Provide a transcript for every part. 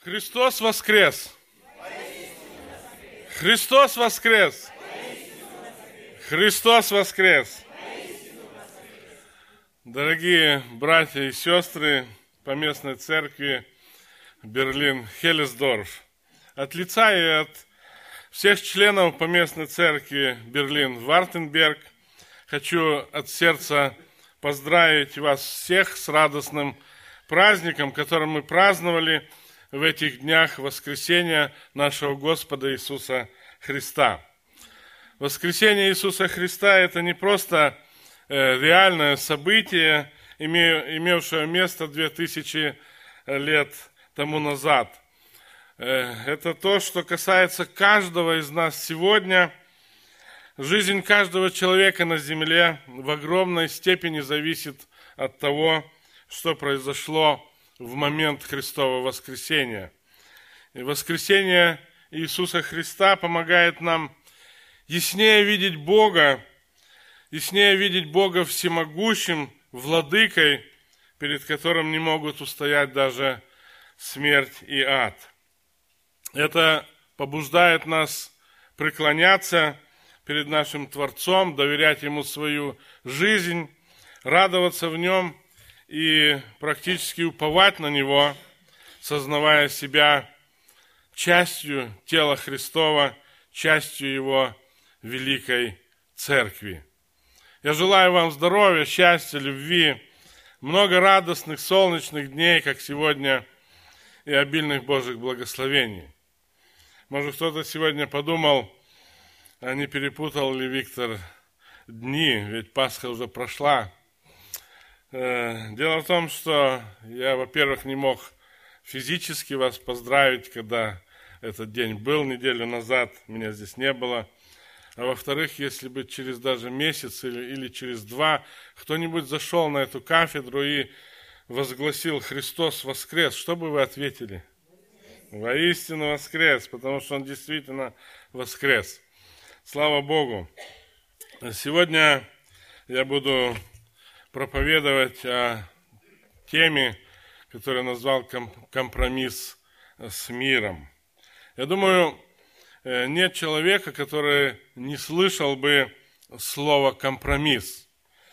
Христос воскрес! Христос воскрес! Христос воскрес! Дорогие братья и сестры поместной церкви Берлин-Хеллесдорф, от лица и от всех членов поместной церкви Берлин-Вартенберг хочу от сердца поздравить вас всех с радостным праздником, который мы праздновали в этих днях воскресения нашего Господа Иисуса Христа. Воскресение Иисуса Христа – это не просто реальное событие, имевшее место 2000 лет тому назад. Это то, что касается каждого из нас сегодня. Жизнь каждого человека на земле в огромной степени зависит от того, что произошло в момент Христового воскресения. И воскресение Иисуса Христа помогает нам яснее видеть Бога всемогущим, владыкой, перед которым не могут устоять даже смерть и ад. Это побуждает нас преклоняться перед нашим Творцом, доверять Ему свою жизнь, радоваться в Нем и практически уповать на Него, сознавая себя частью тела Христова, частью Его великой Церкви. Я желаю вам здоровья, счастья, любви, много радостных, солнечных дней, как сегодня, и обильных Божьих благословений. Может, кто-то сегодня подумал, а не перепутал ли Виктор дни, ведь Пасха уже прошла. Дело в том, что я, во-первых, не мог физически вас поздравить, когда этот день был неделю назад, меня здесь не было. А во-вторых, если бы через даже месяц или через два кто-нибудь зашел на эту кафедру и возгласил «Христос воскрес», что бы вы ответили? Воистину воскрес, потому что Он действительно воскрес. Слава Богу! Сегодня я буду проповедовать о теме, которую я назвал «Компромисс с миром». Я думаю, нет человека, который не слышал бы слово «компромисс».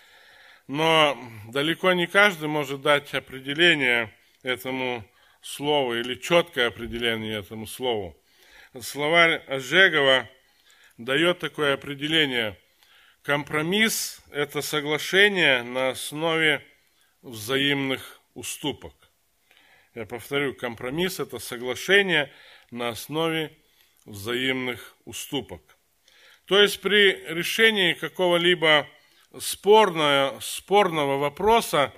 Но далеко не каждый может дать определение этому слову или четкое определение этому слову. Словарь Ожегова дает такое определение. Компромисс – это соглашение на основе взаимных уступок. Я повторю, компромисс – это соглашение на основе взаимных уступок. То есть при решении какого-либо спорного вопроса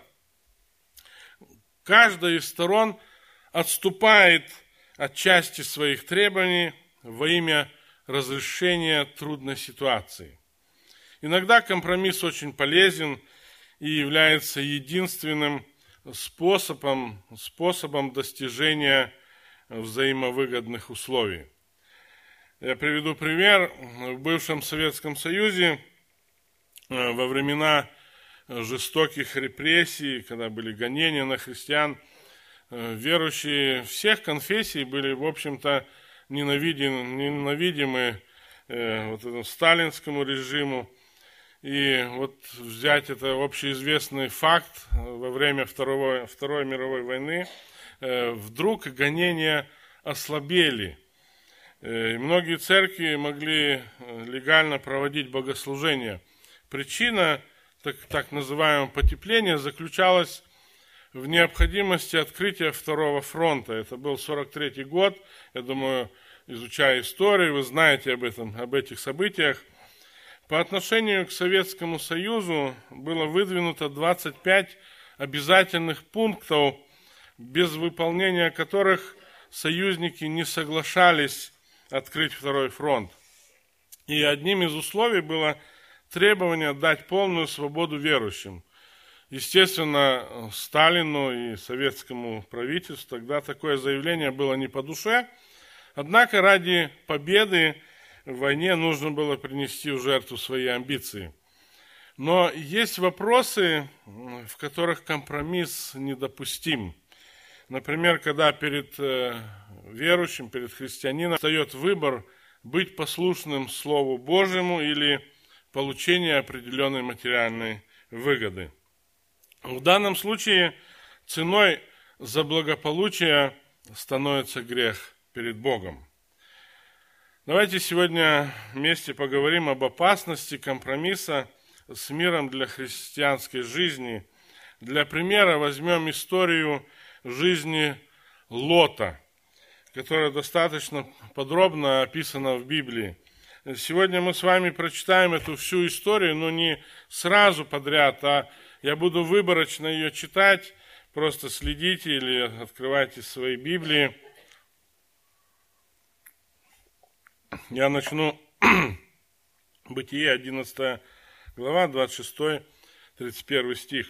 каждая из сторон отступает от части своих требований во имя разрешения трудной ситуации. Иногда компромисс очень полезен и является единственным способом достижения взаимовыгодных условий. Я приведу пример. В бывшем Советском Союзе во времена жестоких репрессий, когда были гонения на христиан, верующие всех конфессий были, в общем-то, ненавидимы этому сталинскому режиму. И вот взять это общеизвестный факт во время Второй мировой войны, вдруг гонения ослабели. И многие церкви могли легально проводить богослужения. Причина так называемого потепления заключалась в необходимости открытия Второго фронта. Это был 43-й год. Я думаю, изучая историю, вы знаете об этих событиях. По отношению к Советскому Союзу было выдвинуто 25 обязательных пунктов, без выполнения которых союзники не соглашались открыть Второй фронт. И одним из условий было требование дать полную свободу верующим. Естественно, Сталину и советскому правительству тогда такое заявление было не по душе, однако ради победы в войне нужно было принести в жертву свои амбиции. Но есть вопросы, в которых компромисс недопустим. Например, когда перед верующим, перед христианином встает выбор быть послушным Слову Божьему или получение определенной материальной выгоды. В данном случае ценой за благополучие становится грех перед Богом. Давайте сегодня вместе поговорим об опасности компромисса с миром для христианской жизни. Для примера возьмем историю жизни Лота, которая достаточно подробно описана в Библии. Сегодня мы с вами прочитаем эту всю историю, но не сразу подряд, а я буду выборочно ее читать. Просто следите или открывайте свои Библии. Я начну Бытие, 11 глава, 26-31 стих.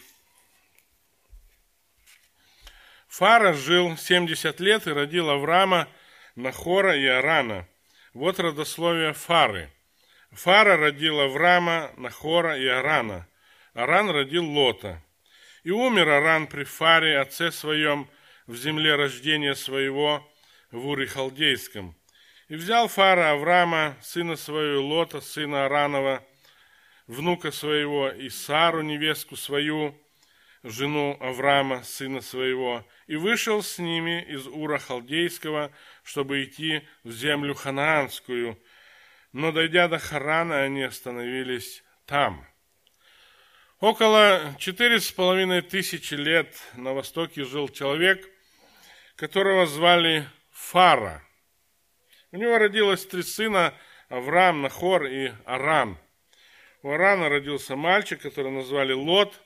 Фара жил 70 лет и родил Авраама, Нахора и Арана. Вот родословие Фары. Фара родил Авраама, Нахора и Арана. Аран родил Лота. И умер Аран при Фаре, отце своем, в земле рождения своего, в Уре Халдейском. И взял Фара Авраама, сына своего, Лота, сына Аранова, внука своего, и Сару, невестку свою, жену Авраама, сына своего, и вышел с ними из Ура Халдейского, чтобы идти в землю ханаанскую. Но, дойдя до Харана, они остановились там. Около 4500 лет на востоке жил человек, которого звали Фара. У него родилось 3 сына: Авраам, Нахор и Аран. У Арана родился мальчик, которого назвали Лот.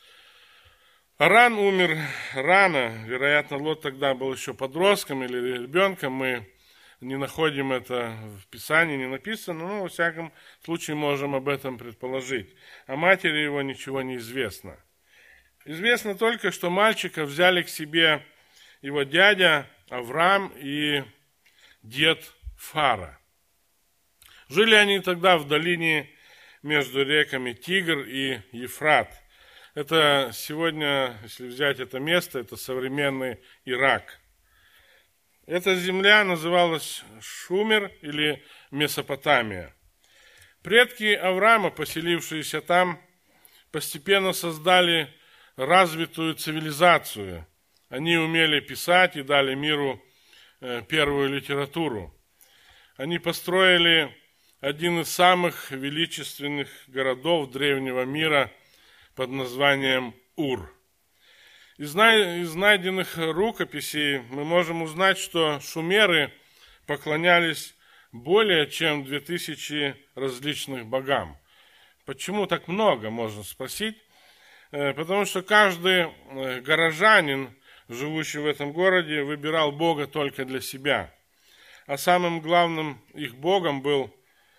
Аран умер рано, вероятно, Лот тогда был еще подростком или ребенком, мы не находим это в Писании, не написано, но во всяком случае можем об этом предположить. О матери его ничего не известно. Известно только, что мальчика взяли к себе его дядя Авраам и дед Фара. Жили они тогда в долине между реками Тигр и Ефрат. Это сегодня, если взять это место, это современный Ирак. Эта земля называлась Шумер или Месопотамия. Предки Авраама, поселившиеся там, постепенно создали развитую цивилизацию. Они умели писать и дали миру первую литературу. Они построили один из самых величественных городов древнего мира под названием Ур. Из найденных рукописей мы можем узнать, что шумеры поклонялись более чем 2000 различных богам. Почему так много, можно спросить? Потому что каждый горожанин, живущий в этом городе, выбирал бога только для себя. А самым главным их богом был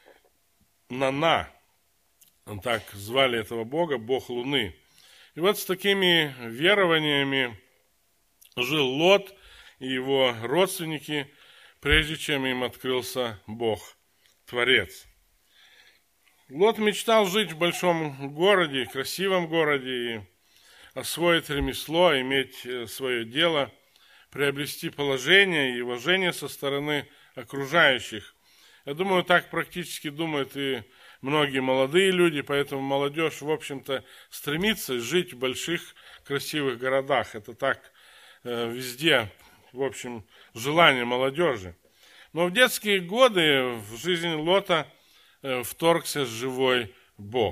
Нана. Так звали этого бога, бог Луны. И вот с такими верованиями жил Лот и его родственники, прежде чем им открылся Бог, Творец. Лот мечтал жить в большом городе, красивом городе, и освоить ремесло, иметь свое дело, приобрести положение и уважение со стороны окружающих. Я думаю, так практически думают и многие молодые люди, поэтому молодежь, в общем-то, стремится жить в больших красивых городах. Это так везде, в общем, желание молодежи. Но в детские годы в жизнь Лота вторгся живой Бог,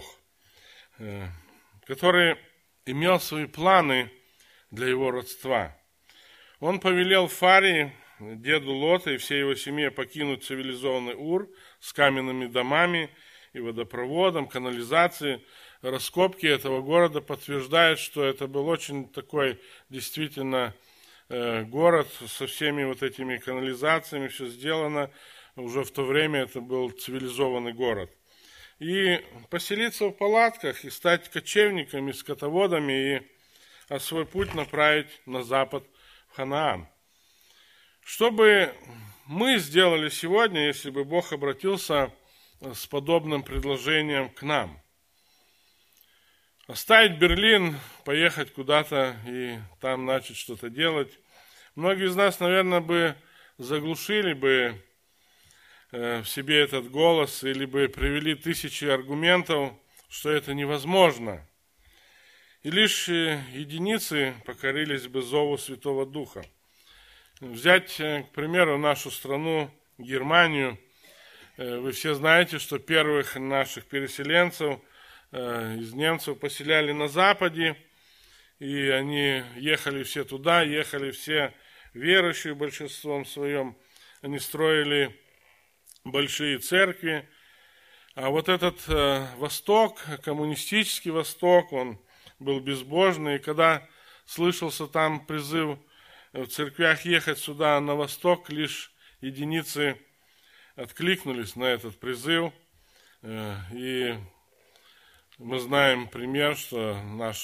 который имел свои планы для его родства. Он повелел Фаре, деду Лота и всей его семье покинуть цивилизованный Ур с каменными домами и водопроводом, канализацией. Раскопки этого города подтверждают, что это был очень такой действительно город со всеми вот этими канализациями, все сделано. Уже в то время это был цивилизованный город. И поселиться в палатках, и стать кочевниками, скотоводами, а свой путь направить на запад, в Ханаан. Что бы мы сделали сегодня, если бы Бог обратился с подобным предложением к нам? Оставить Берлин, поехать куда-то и там начать что-то делать. Многие из нас, наверное, бы заглушили бы в себе этот голос или бы привели тысячи аргументов, что это невозможно. И лишь единицы покорились бы зову Святого Духа. Взять, к примеру, нашу страну, Германию. Вы все знаете, что первых наших переселенцев из немцев поселяли на Западе, и они ехали все туда, ехали все верующие в большинством своем. Они строили большие церкви. А вот этот Восток, коммунистический Восток, он был безбожный. И когда слышался там призыв в церквях ехать сюда на Восток, лишь единицы откликнулись на этот призыв. И мы знаем пример, что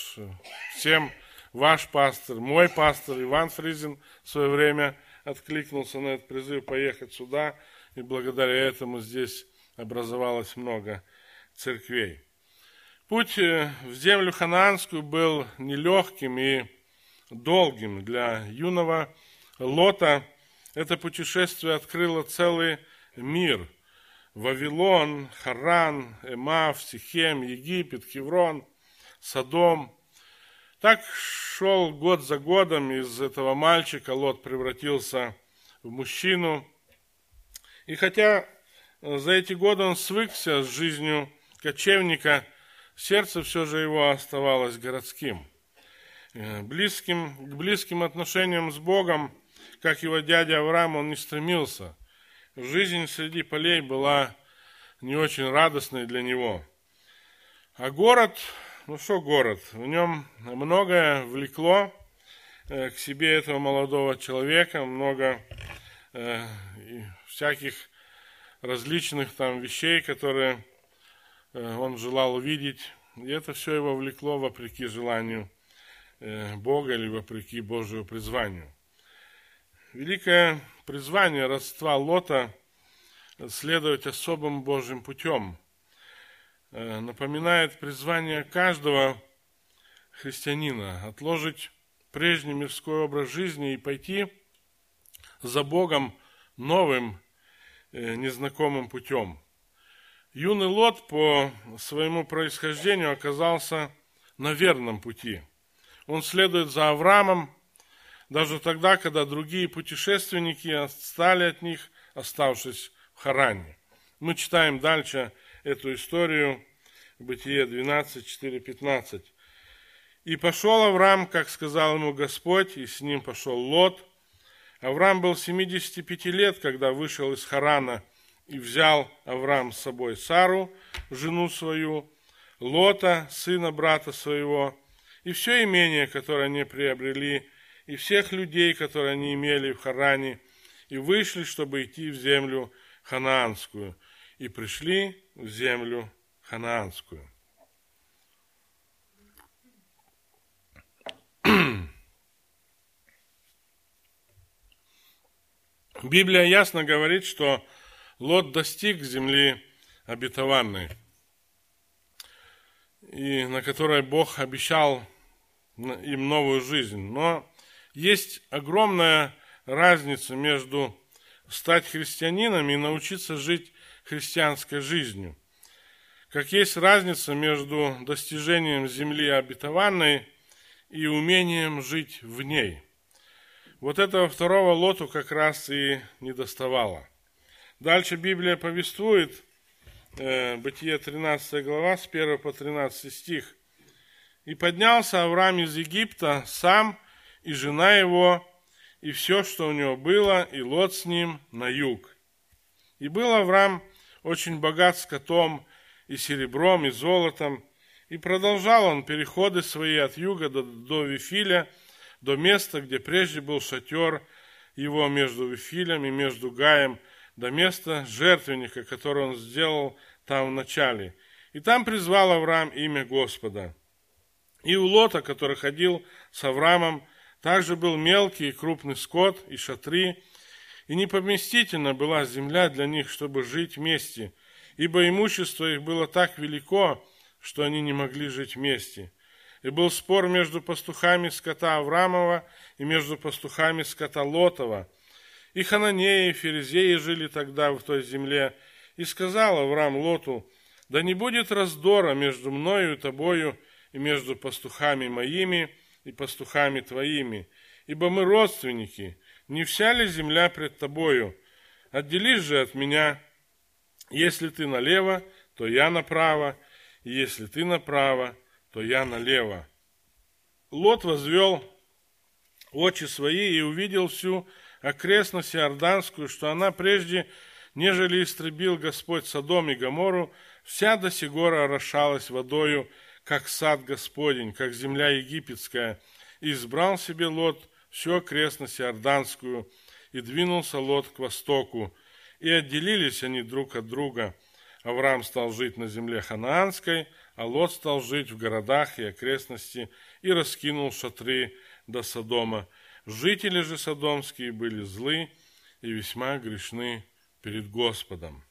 ваш пастор, мой пастор Иван Фризин в свое время откликнулся на этот призыв поехать сюда, и благодаря этому здесь образовалось много церквей. Путь в землю ханаанскую был нелегким и долгим. Для юного Лота это путешествие открыло целый мир. Вавилон, Харан, Эмав, Сихем, Египет, Хеврон, Содом. Так шел год за годом, из этого мальчика Лот превратился в мужчину. И хотя за эти годы он свыкся с жизнью кочевника, сердце все же его оставалось городским. К близким отношениям с Богом, как его дядя Авраам, он не стремился. Жизнь среди полей была не очень радостной для него. А город, город, в нем многое влекло к себе этого молодого человека, много всяких различных там вещей, которые он желал увидеть. И это все его влекло вопреки желанию Бога или вопреки Божьему призванию. Великое призвание родства Лота следовать особым Божьим путем напоминает призвание каждого христианина отложить прежний мирской образ жизни и пойти за Богом новым, незнакомым путем. Юный Лот по своему происхождению оказался на верном пути. Он следует за Авраамом, даже тогда, когда другие путешественники отстали от них, оставшись в Харане. Мы читаем дальше эту историю, Бытие 12, 4, 15. «И пошел Авраам, как сказал ему Господь, и с ним пошел Лот. Авраам был 75 лет, когда вышел из Харана, и взял Авраам с собой Сару, жену свою, Лота, сына брата своего, и все имение, которое они приобрели, и всех людей, которые они имели в Харане, и вышли, чтобы идти в землю ханаанскую, и пришли в землю ханаанскую». Библия ясно говорит, что Лот достиг земли обетованной, и на которой Бог обещал им новую жизнь. Но есть огромная разница между стать христианином и научиться жить христианской жизнью. Как есть разница между достижением земли обетованной и умением жить в ней. Вот этого второго Лоту как раз и недоставало. Дальше Библия повествует, Бытие 13 глава, с 1 по 13 стих. «И поднялся Авраам из Египта сам, и жена его, и все, что у него было, и Лот с ним на юг. И был Авраам очень богат скотом, и серебром, и золотом, и продолжал он переходы свои от юга до Вифиля, до места, где прежде был шатер его между Вифилем и между Гаем, до места жертвенника, который он сделал там в начале. И там призвал Авраам имя Господа. И у Лота, который ходил с Авраамом, также был мелкий и крупный скот, и шатры, и непоместительна была земля для них, чтобы жить вместе, ибо имущество их было так велико, что они не могли жить вместе. И был спор между пастухами скота Авраамова и между пастухами скота Лотова. И хананеи, и ферезеи жили тогда в той земле. И сказал Авраам Лоту: да не будет раздора между мною и тобою, и между пастухами моими и пастухами твоими, ибо мы родственники, не вся ли земля пред тобою? Отделись же от меня, если ты налево, то я направо, и если ты направо, то я налево. Лот возвел очи свои и увидел всю окрестность иорданскую, что она прежде, нежели истребил Господь Содом и Гоморру, вся до сих гор орошалась водою, как сад Господень, как земля египетская. И избрал себе Лот всю окрестность иорданскую, и двинулся Лот к востоку. И отделились они друг от друга. Авраам стал жить на земле ханаанской, а Лот стал жить в городах и окрестности, и раскинул шатры до Содома. Жители же содомские были злы и весьма грешны перед Господом.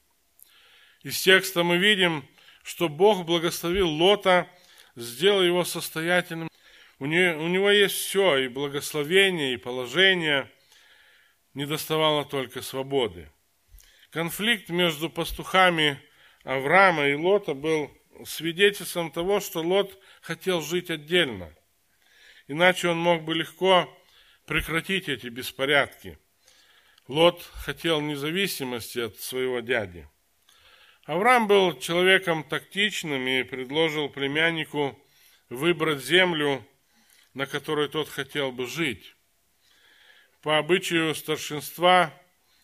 Из текста мы видим, что Бог благословил Лота, сделал его состоятельным. У него есть все, и благословение, и положение. Не доставало только свободы. Конфликт между пастухами Авраама и Лота был свидетельством того, что Лот хотел жить отдельно. Иначе он мог бы легко прекратить эти беспорядки. Лот хотел независимости от своего дяди. Авраам был человеком тактичным и предложил племяннику выбрать землю, на которой тот хотел бы жить. По обычаю старшинства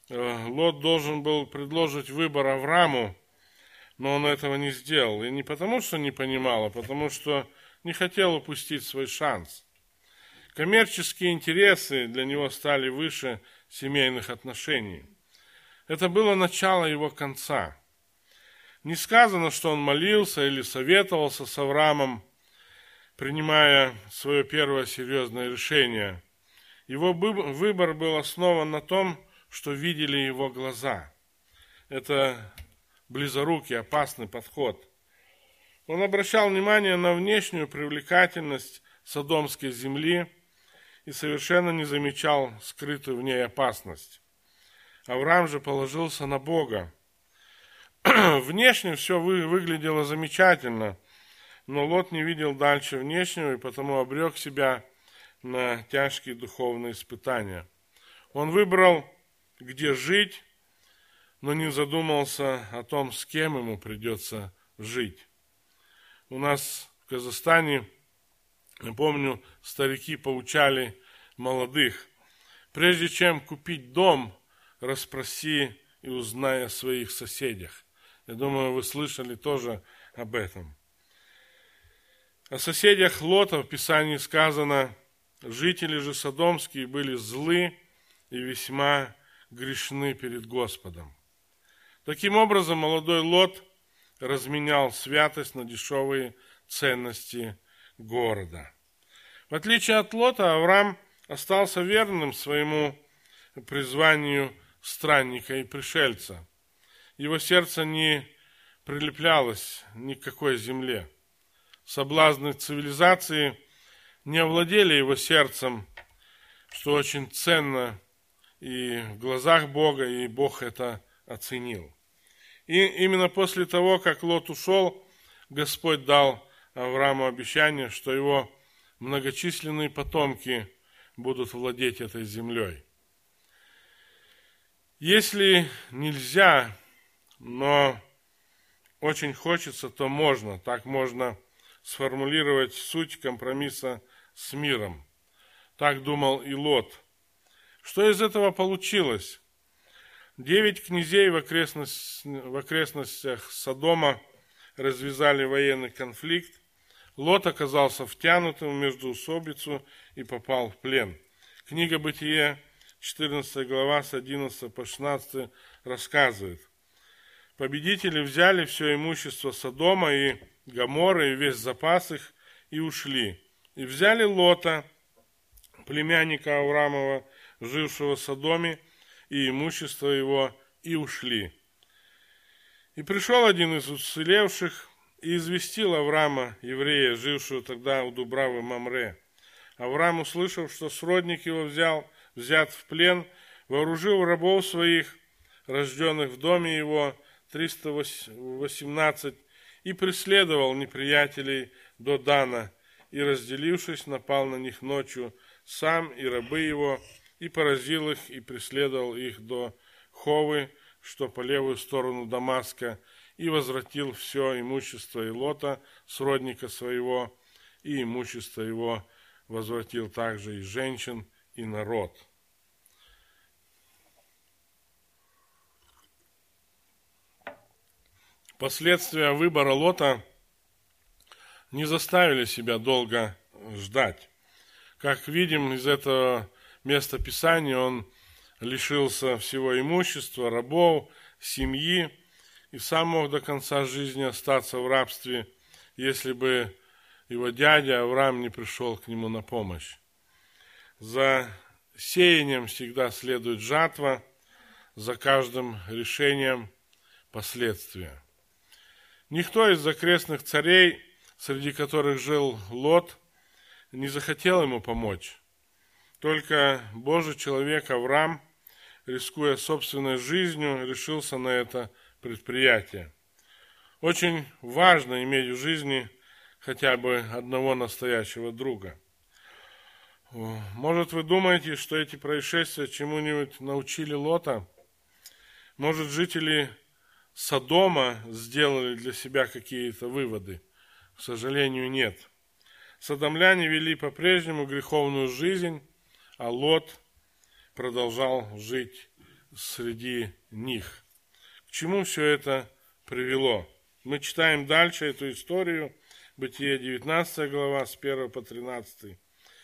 Лот должен был предложить выбор Аврааму, но он этого не сделал. И не потому, что не понимал, а потому, что не хотел упустить свой шанс. Коммерческие интересы для него стали выше семейных отношений. Это было начало его конца. Не сказано, что он молился или советовался с Авраамом, принимая свое первое серьезное решение. Его выбор был основан на том, что видели его глаза. Это близорукий, опасный подход. Он обращал внимание на внешнюю привлекательность содомской земли и совершенно не замечал скрытую в ней опасность. Авраам же положился на Бога. Внешне все выглядело замечательно, но Лот не видел дальше внешнего и потому обрек себя на тяжкие духовные испытания. Он выбрал, где жить, но не задумался о том, с кем ему придется жить. У нас в Казахстане, я помню, старики поучали молодых: прежде чем купить дом, расспроси и узнай о своих соседях. Я думаю, вы слышали тоже об этом. О соседях Лота в Писании сказано: жители же содомские были злы и весьма грешны перед Господом. Таким образом, молодой Лот разменял святость на дешевые ценности города. В отличие от Лота, Авраам остался верным своему призванию странника и пришельца. Его сердце не прилеплялось ни к какой земле. Соблазны цивилизации не овладели его сердцем, что очень ценно и в глазах Бога, и Бог это оценил. И именно после того, как Лот ушел, Господь дал Аврааму обещание, что его многочисленные потомки будут владеть этой землей. Если нельзя, но очень хочется, то можно. Так можно сформулировать суть компромисса с миром. Так думал и Лот. Что из этого получилось? 9 князей в окрестностях Содома развязали военный конфликт. Лот оказался втянутым в междоусобицу и попал в плен. Книга Бытие, 14 глава, с 11 по 16 рассказывает: победители взяли все имущество Содома и Гоморры и весь запас их и ушли. И взяли Лота, племянника Авраамова, жившего в Содоме, и имущество его, и ушли. И пришел один из уцелевших и известил Авраама, еврея, жившего тогда у Дубравы Мамре. Авраам, услышав, что сродник его взят в плен, вооружил рабов своих, рожденных в доме его, 318, и преследовал неприятелей до Дана, и, разделившись, напал на них ночью, сам и рабы его, и поразил их, и преследовал их до Ховы, что по левую сторону Дамаска, и возвратил все имущество Лота, сродника своего, и имущество его возвратил также и женщин, и народ. Последствия выбора Лота не заставили себя долго ждать. Как видим из этого места Писания, он лишился всего имущества, рабов, семьи, и сам мог до конца жизни остаться в рабстве, если бы его дядя Авраам не пришел к нему на помощь. За сеянием всегда следует жатва, за каждым решением последствия. Никто из окрестных царей, среди которых жил Лот, не захотел ему помочь. Только Божий человек Авраам, рискуя собственной жизнью, решился на это предприятие. Очень важно иметь в жизни хотя бы одного настоящего друга. Может, вы думаете, что эти происшествия чему-нибудь научили Лота? Может, жители Содома сделали для себя какие-то выводы? К сожалению, нет. Содомляне вели по-прежнему греховную жизнь, а Лот продолжал жить среди них. К чему все это привело? Мы читаем дальше эту историю, Бытие 19 глава, с 1 по 13.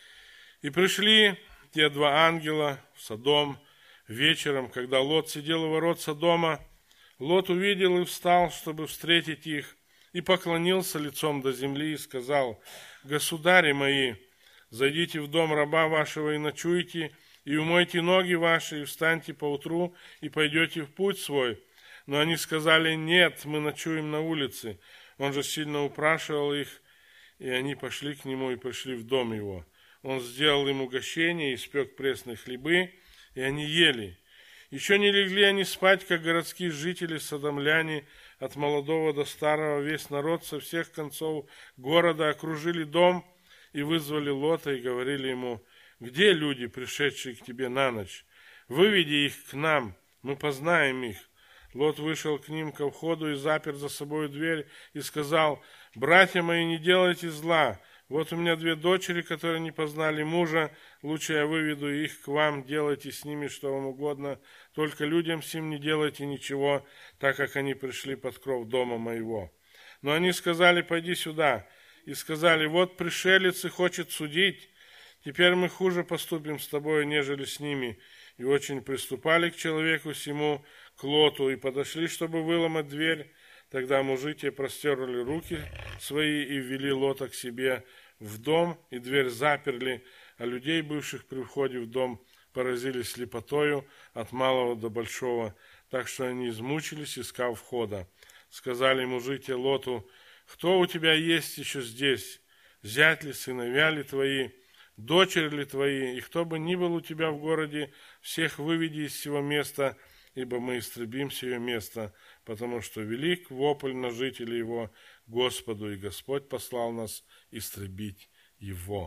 «И пришли те два ангела в Содом вечером, когда Лот сидел у ворот Содома. Лот увидел и встал, чтобы встретить их, и поклонился лицом до земли и сказал: «Государи мои, зайдите в дом раба вашего и ночуйте, и умойте ноги ваши, и встаньте поутру, и пойдете в путь свой». Но они сказали: «Нет, мы ночуем на улице». Он же сильно упрашивал их, и они пошли к нему и пришли в дом его. Он сделал им угощение, испек пресные хлебы, и они ели. Еще не легли они спать, как городские жители, содомляне, от молодого до старого, весь народ со всех концов города окружили дом и вызвали Лота и говорили ему: «Где люди, пришедшие к тебе на ночь? Выведи их к нам, мы познаем их». Лот вышел к ним ко входу и запер за собой дверь и сказал: «Братья мои, не делайте зла. Вот у меня две дочери, которые не познали мужа. Лучше я выведу их к вам, делайте с ними что вам угодно. Только людям сим не делайте ничего, так как они пришли под кров дома моего». Но они сказали: «Пойди сюда». И сказали: «Вот пришелец и хочет судить. Теперь мы хуже поступим с тобой, нежели с ними». И очень приступали к человеку сему, к Лоту, и подошли, чтобы выломать дверь. Тогда мужи те простерли руки свои и ввели Лота к себе в дом, и дверь заперли, а людей, бывших при входе в дом, поразили слепотою от малого до большого, так что они измучились, искав входа. Сказали мужи те Лоту: «Кто у тебя есть еще здесь? Зять ли, сыновья ли твои, дочери ли твои? И кто бы ни был у тебя в городе, всех выведи из сего места, ибо мы истребим сие место, потому что велик вопль на жителей его Господу, и Господь послал нас истребить его».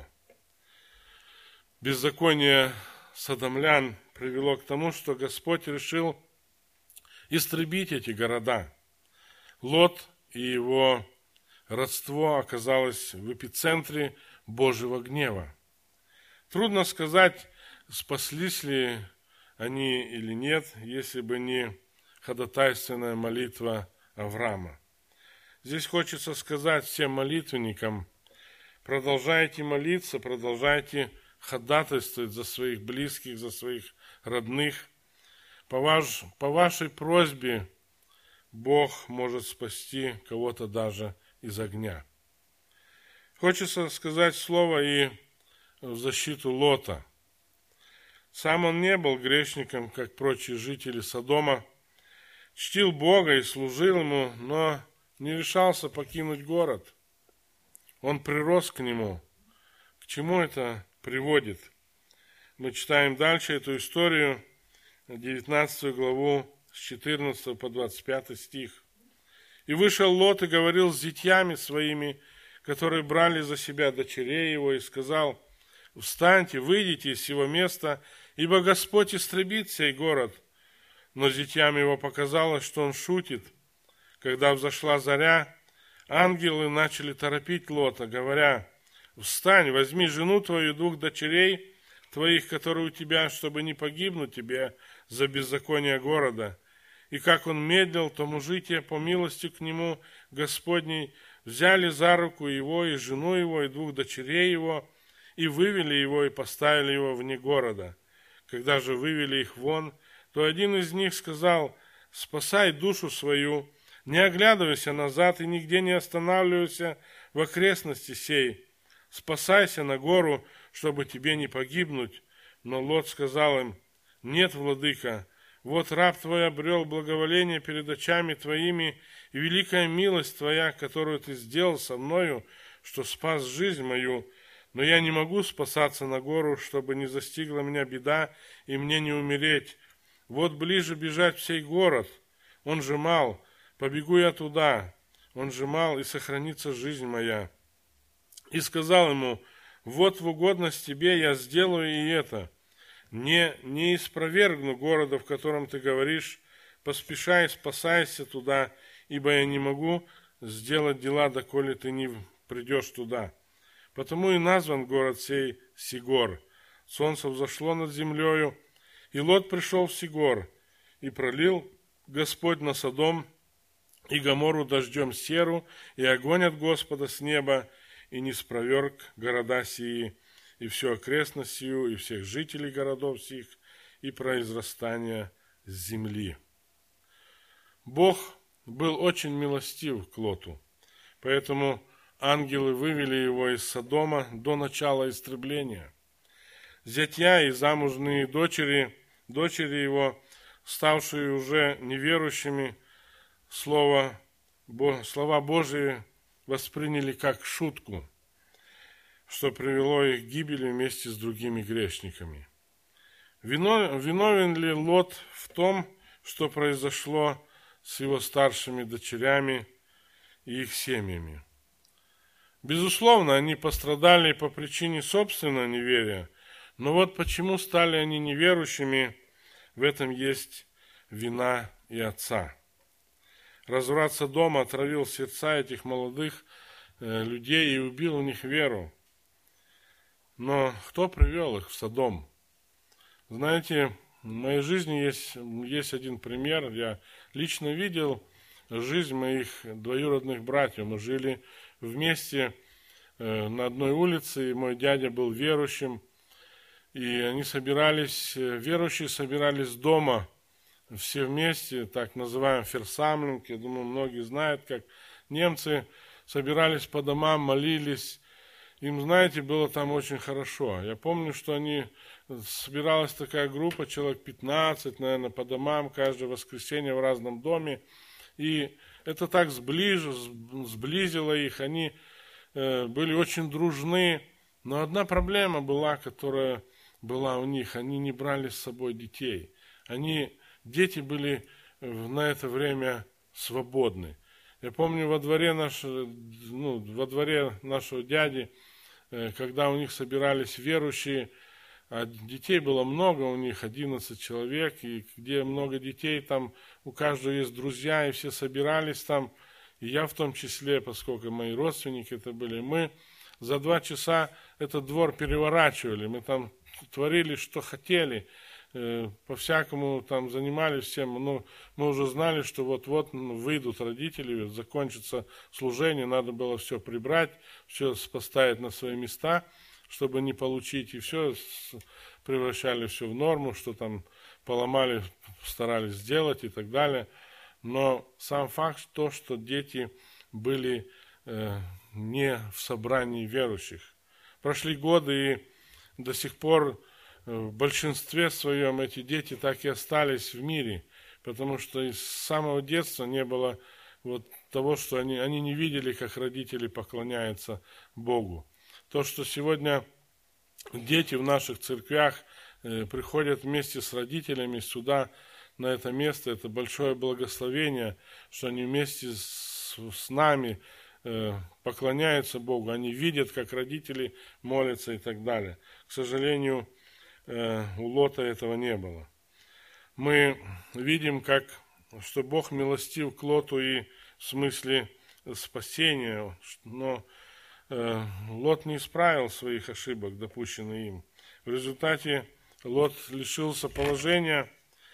Беззаконие содомлян привело к тому, что Господь решил истребить эти города. Лот и его родство оказалось в эпицентре Божьего гнева. Трудно сказать, спаслись ли они или нет, если бы не ходатайственная молитва Авраама. Здесь хочется сказать всем молитвенникам: продолжайте молиться, продолжайте ходатайствовать за своих близких, за своих родных. По вашей просьбе Бог может спасти кого-то даже из огня. Хочется сказать слово и в защиту Лота. Сам он не был грешником, как прочие жители Содома, чтил Бога и служил Ему, но не решался покинуть город. Он прирос к Нему. К чему это приводит? Мы читаем дальше эту историю, 19 главу с 14 по 25 стих. «И вышел Лот и говорил с зятьями своими, которые брали за себя дочерей его, и сказал: встаньте, выйдите из сего места, ибо Господь истребит сей город. Но зятьям его показалось, что он шутит. Когда взошла заря, ангелы начали торопить Лота, говоря: встань, возьми жену твою и 2 дочерей твоих, которые у тебя, чтобы не погибнуть тебе за беззаконие города. И как он медлил, то мужи те, по милости к нему Господней, взяли за руку его и жену его, и 2 дочерей его, и вывели его, и поставили его вне города. Когда же вывели их вон, то один из них сказал: спасай душу свою, не оглядывайся назад и нигде не останавливайся в окрестности сей. Спасайся на гору, чтобы тебе не погибнуть. Но Лот сказал им: нет, владыка, вот раб твой обрел благоволение перед очами твоими, и великая милость твоя, которую ты сделал со мною, что спас жизнь мою. Но я не могу спасаться на гору, чтобы не застигла меня беда, и мне не умереть. Вот ближе бежать в сей город. Он же мал, побегу я туда. Он же мал, и сохранится жизнь моя. И сказал ему: вот в угодность тебе я сделаю и это. Не испровергну города, в котором ты говоришь: поспешай, спасайся туда, ибо я не могу сделать дела, доколе ты не придешь туда. Потому и назван город сей Сигор. Солнце взошло над землею, и Лот пришел в Сигор, и пролил Господь на Содом и Гоморру дождем серу, и огонь от Господа с неба, и не спроверг города сии, и всю окрестность сию, и всех жителей городов сих, и произрастания земли». Бог был очень милостив к Лоту, поэтому ангелы вывели его из Содома до начала истребления. Зятья и замужние дочери его, ставшие уже неверующими, слова Божии восприняли как шутку, что привело их к гибели вместе с другими грешниками. Виновен ли Лот в том, что произошло с его старшими дочерями и их семьями? Безусловно, они пострадали по причине собственного неверия, но вот почему стали они неверующими, в этом есть вина и отца. Разврат Содома отравил сердца этих молодых людей и убил в них веру. Но кто привел их в Содом? Знаете, в моей жизни есть один пример. Я лично видел жизнь моих двоюродных братьев. Мы жили вместе на одной улице, и мой дядя был верующим. И они верующие собирались дома, все вместе, так называемый ферсамлинг. Я думаю, многие знают, как немцы собирались по домам, молились. Им, знаете, было там очень хорошо. Я помню, что собиралась такая группа, человек 15, наверное, по домам, каждое воскресенье в разном доме. И это так сблизило их, они были очень дружны. Но одна проблема была, которая была у них, они не брали с собой детей. Дети были на это время свободны. Я помню, во дворе нашего дяди, когда у них собирались верующие, а детей было много, у них 11 человек, и где много детей, там у каждого есть друзья, и все собирались там, и я в том числе, поскольку мои родственники это были, мы за 2 часа этот двор переворачивали, мы там творили, что хотели, по-всякому там занимались всем, но мы уже знали, что вот-вот выйдут родители, закончится служение, надо было все прибрать, все поставить на свои места, чтобы не получить, и все превращали все в норму, что там поломали, старались сделать и так далее. Но сам факт то, что дети были не в собрании верующих. Прошли годы, и до сих пор в большинстве своем эти дети так и остались в мире, потому что с самого детства не было того, что они не видели, как родители поклоняются Богу. То, что сегодня дети в наших церквях приходят вместе с родителями сюда, на это место. Это большое благословение, что они вместе с нами поклоняются Богу. Они видят, как родители молятся и так далее. К сожалению, у Лота этого не было. Мы видим, что Бог милостив к Лоту и в смысле спасения, но Лот не исправил своих ошибок, допущенных им. В результате Лот лишился положения,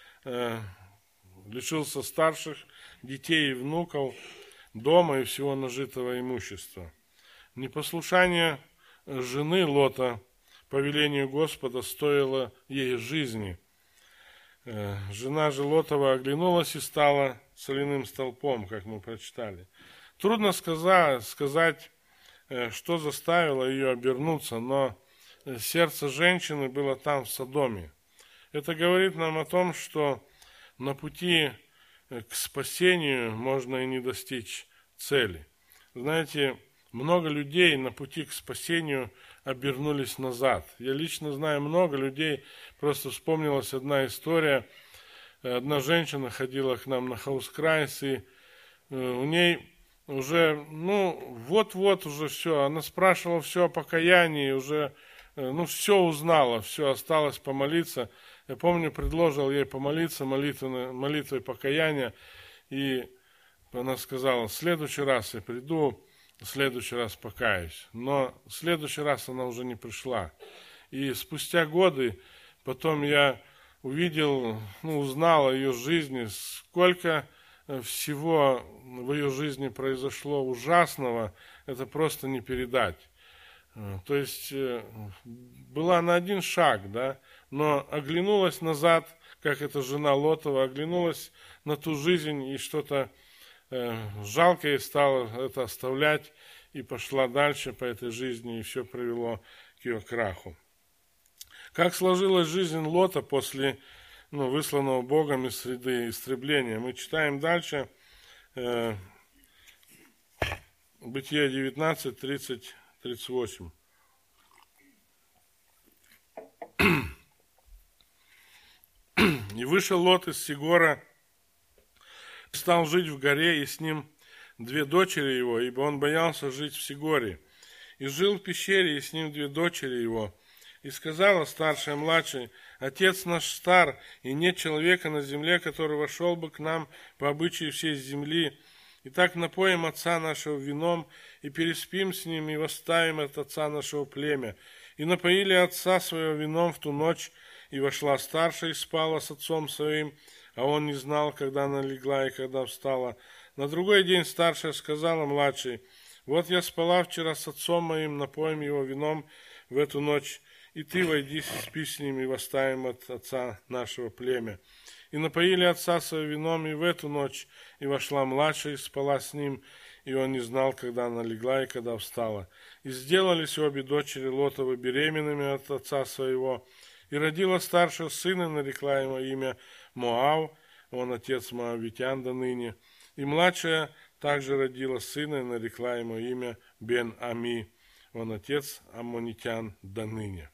лишился старших детей и внуков, дома и всего нажитого имущества. Непослушание жены Лота повелению Господа стоило ей жизни. Жена же Лотова оглянулась и стала соляным столпом, как мы прочитали. Трудно сказать, что заставило ее обернуться, но сердце женщины было там, в Содоме. Это говорит нам о том, что на пути к спасению можно и не достичь цели. Знаете, много людей на пути к спасению обернулись назад. Я лично знаю много людей, просто вспомнилась одна история. Одна женщина ходила к нам на хаус-крайс, и у ней уже, вот-вот уже все. Она спрашивала все о покаянии, уже, все узнала, все, осталось помолиться. Я помню, предложил ей помолиться молитвой покаяния, и она сказала: в следующий раз я приду, в следующий раз покаюсь. Но в следующий раз она уже не пришла. И спустя годы потом я увидел, узнал о ее жизни, сколько всего в ее жизни произошло ужасного, это просто не передать. То есть была на один шаг, да, но оглянулась назад, как эта жена Лотова, оглянулась на ту жизнь, и что-то жалко ей стало это оставлять, и пошла дальше по этой жизни, и все привело к ее краху. Как сложилась жизнь Лота после высланного Богом из среды истребления? Мы читаем дальше, Бытие 19, 30, 38. «И вышел Лот из Сигора, стал жить в горе, и с ним 2 дочери его, ибо он боялся жить в Сигоре. И жил в пещере, и с ним 2 дочери его. И сказала старшая младшей: отец наш стар, и нет человека на земле, который вошел бы к нам по обычаю всей земли. Итак, напоим отца нашего вином, и переспим с ним, и восставим от отца нашего племя. И напоили отца своего вином в ту ночь, и вошла старшая и спала с отцом своим, а он не знал, когда она легла и когда встала. На другой день старшая сказала младшей: вот я спала вчера с отцом моим, напоим его вином в эту ночь, и ты войди, спи с ним, и восставим от отца нашего племя. И напоили отца своим вином и в эту ночь, и вошла младшая и спала с ним, и он не знал, когда она легла и когда встала. И сделались обе дочери Лотовы беременными от отца своего. И родила старшего сына, нарекла ему имя Моав, он отец моавитян до ныне. И младшая также родила сына, и нарекла ему имя Бен-Ами, он отец аммонитян до ныне.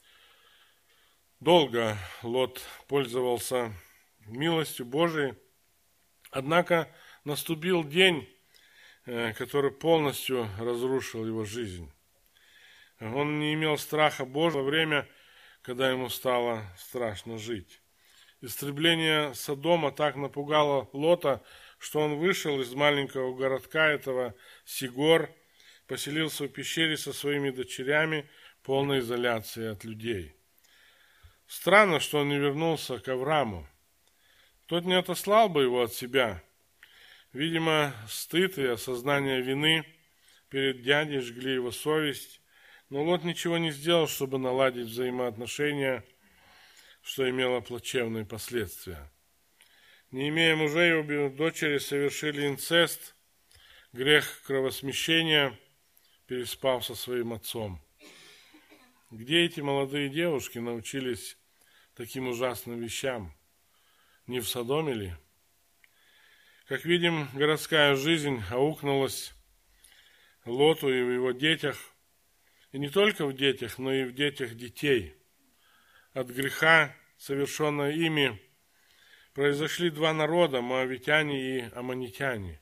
Долго Лот пользовался милостью Божией, однако наступил день, который полностью разрушил его жизнь. Он не имел страха Божьего во время, когда ему стало страшно жить. Истребление Содома так напугало Лота, что он вышел из маленького городка этого Сигор, поселился в пещере со своими дочерями, полной изоляции от людей. Странно, что он не вернулся к Аврааму. Тот не отослал бы его от себя. Видимо, стыд и осознание вины перед дядей жгли его совесть, но Лот ничего не сделал, чтобы наладить взаимоотношения, что имело плачевные последствия. Не имея мужей, обе дочери совершили инцест, грех кровосмещения, переспав со своим отцом. Где эти молодые девушки научились таким ужасным вещам? Не в Содоме ли? Как видим, городская жизнь аукнулась Лоту и в его детях, и не только в детях, но и в детях детей. от греха, совершенного ими, произошли два народа, моавитяне и аммонитяне.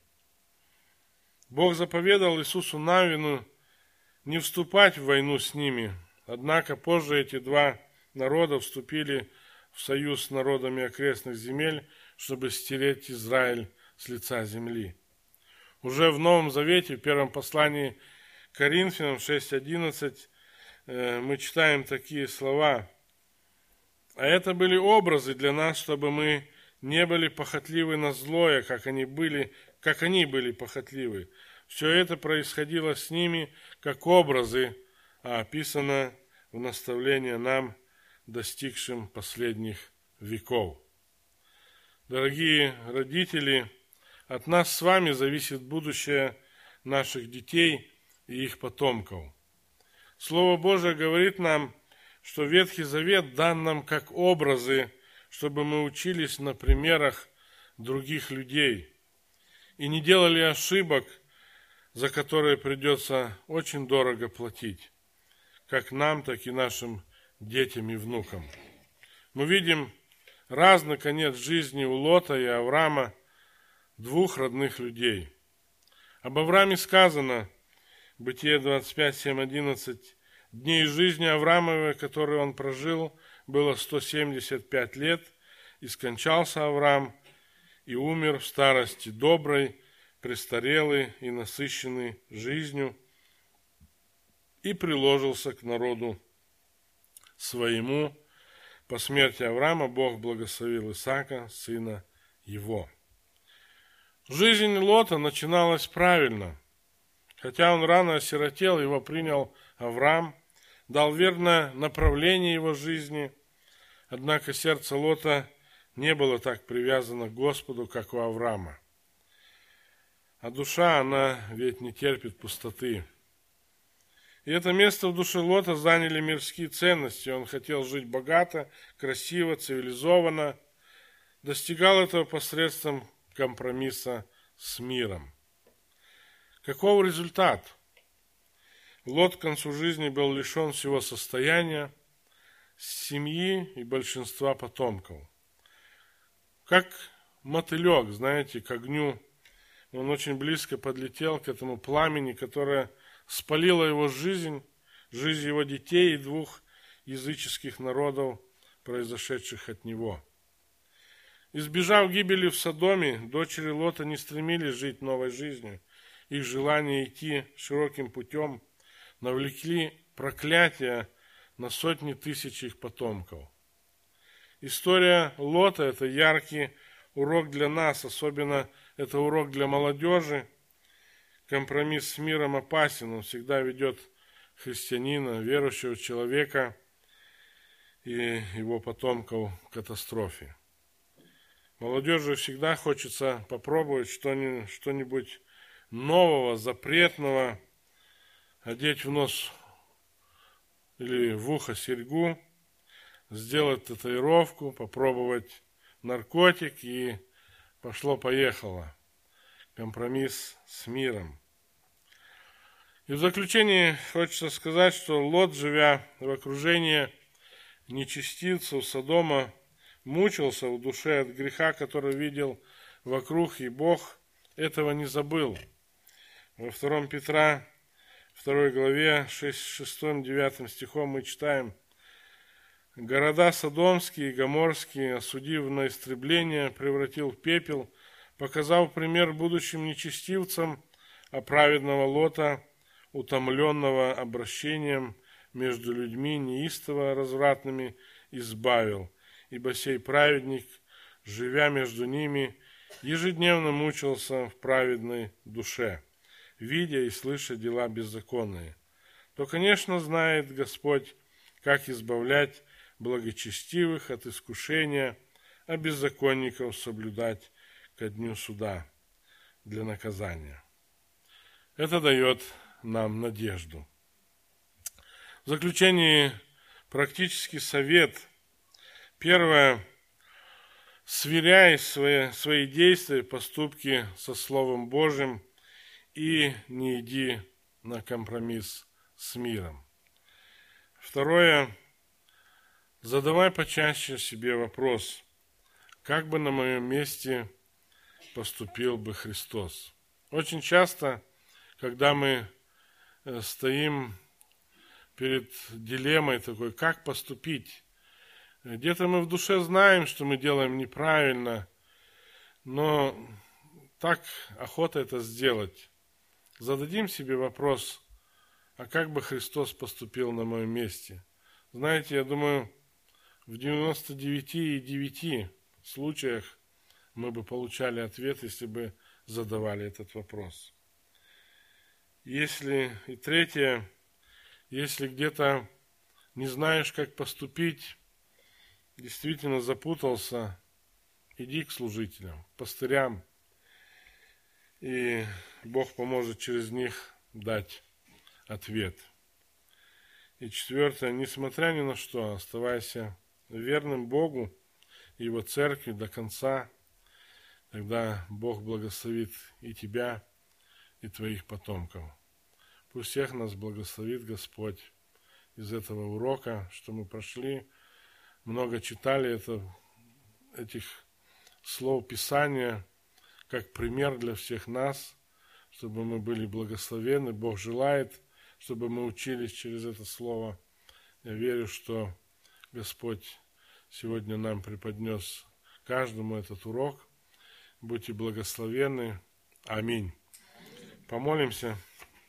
Бог заповедал Иисусу Навину не вступать в войну с ними, однако позже эти два народа вступили в союз с народами окрестных земель, чтобы стереть Израиль с лица земли. Уже в Новом Завете, в первом послании к Коринфянам 6:11, мы читаем такие слова: «А это были образы для нас, чтобы мы не были похотливы на злое, как они были похотливы. Все это происходило с ними, как образы, а описано в наставлении нам, достигшим последних веков». Дорогие родители, от нас с вами зависит будущее наших детей и их потомков. Слово Божие говорит нам, что Ветхий Завет дан нам как образы, чтобы мы учились на примерах других людей и не делали ошибок, за которые придется очень дорого платить, как нам, так и нашим детям и внукам. Мы видим разный конец жизни у Лота и Авраама, двух родных людей. Об Аврааме сказано, Бытие 25:7-11, дней жизни Авраамовой, которые он прожил, было 175 лет, и скончался Авраам, и умер в старости доброй, престарелый и насыщенный жизнью, и приложился к народу своему. По смерти Авраама Бог благословил Исаака, сына его. Жизнь Лота начиналась правильно. Хотя он рано осиротел, его принял Авраам, дал верное направление его жизни, однако сердце Лота не было так привязано к Господу, как у Авраама. А душа, она ведь не терпит пустоты. И это место в душе Лота заняли мирские ценности. Он хотел жить богато, красиво, цивилизованно. Достигал этого посредством компромисса с миром. Каков результат? Лот к концу жизни был лишен всего состояния, семьи и большинства потомков. Как мотылек, знаете, к огню. Он очень близко подлетел к этому пламени, которое спалило его жизнь его детей и двух языческих народов, произошедших от него. Избежав гибели в Содоме, дочери Лота не стремились жить новой жизнью. Их желание идти широким путем навлекли проклятия на сотни тысяч их потомков. История Лота – это яркий урок для нас, особенно это урок для молодежи. Компромисс с миром опасен, он всегда ведет христианина, верующего человека и его потомков к катастрофе. Молодежи всегда хочется попробовать что-нибудь нового, запретного, одеть в нос или в ухо серьгу, сделать татуировку, попробовать наркотик, и пошло-поехало. Компромисс с миром. И в заключение хочется сказать, что Лот, живя в окружении нечестивцев Содома, мучился в душе от греха, который видел вокруг, и Бог этого не забыл. Во 2 Петра, 2 главе, 6-9 стихом мы читаем: «Города Содомские и Гоморские, осудив на истребление, превратил в пепел, показав пример будущим нечестивцам, а праведного Лота, утомленного обращением между людьми неистово развратными, избавил, ибо сей праведник, живя между ними, ежедневно мучился в праведной душе, видя и слыша дела беззаконные. То, конечно, знает Господь, как избавлять благочестивых от искушения, а беззаконников соблюдать ко дню суда для наказания». Это дает нам надежду. В заключение практический совет. Первое. Сверяй свои действия, поступки со Словом Божьим и не иди на компромисс с миром. Второе. Задавай почаще себе вопрос, как бы на моем месте поступил бы Христос. Очень часто, когда мы стоим перед дилеммой такой, как поступить, где-то мы в душе знаем, что мы делаем неправильно, но так охота это сделать. Зададим себе вопрос, а как бы Христос поступил на моем месте? Знаете, я думаю, в 99,9 случаях мы бы получали ответ, если бы задавали этот вопрос. И третье, если где-то не знаешь, как поступить, действительно запутался, иди к служителям, пастырям, и Бог поможет через них дать ответ. И четвертое, несмотря ни на что, оставайся верным Богу и Его церкви до конца, тогда Бог благословит и тебя, и твоих потомков. Пусть всех нас благословит Господь из этого урока, что мы прошли, много читали этих слов Писания, как пример для всех нас, чтобы мы были благословенны. Бог желает, чтобы мы учились через это слово. Я верю, что Господь сегодня нам преподнес каждому этот урок. Будьте благословенны. Аминь. Помолимся.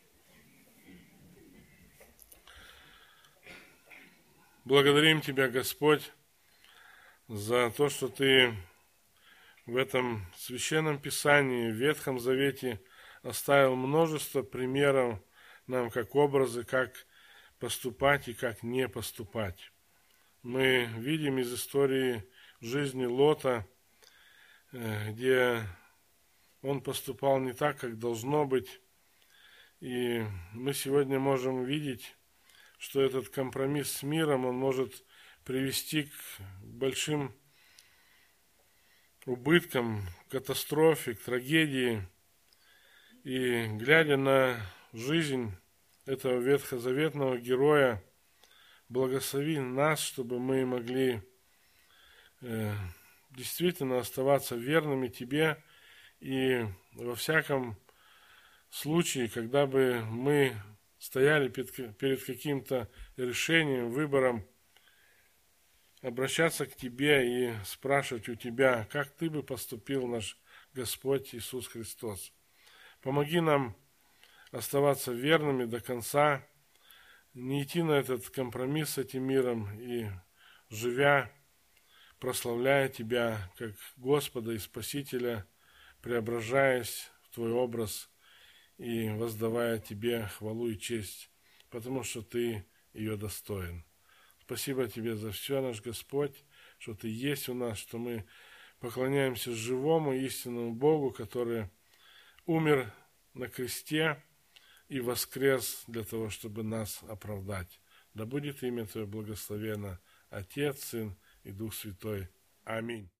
Благодарим Тебя, Господь, за то, что Ты в этом священном Писании, в Ветхом Завете оставил множество примеров нам как образы, как поступать и как не поступать. Мы видим из истории жизни Лота, где он поступал не так, как должно быть. И мы сегодня можем видеть, что этот компромисс с миром, он может привести к большим убыткам, к катастрофе, к трагедии. И глядя на жизнь этого ветхозаветного героя, благослови нас, чтобы мы могли действительно оставаться верными Тебе, и во всяком случае, когда бы мы стояли перед каким-то решением, выбором, обращаться к Тебе и спрашивать у Тебя, как Ты бы поступил, наш Господь Иисус Христос. Помоги нам оставаться верными до конца, не идти на этот компромисс с этим миром и, живя, прославляя Тебя как Господа и Спасителя, преображаясь в Твой образ и воздавая Тебе хвалу и честь, потому что Ты ее достоин. Спасибо Тебе за все, наш Господь, что Ты есть у нас, что мы поклоняемся живому истинному Богу, который умер на кресте и воскрес для того, чтобы нас оправдать. Да будет имя Твое благословенно, Отец, Сын и Дух Святой. Аминь.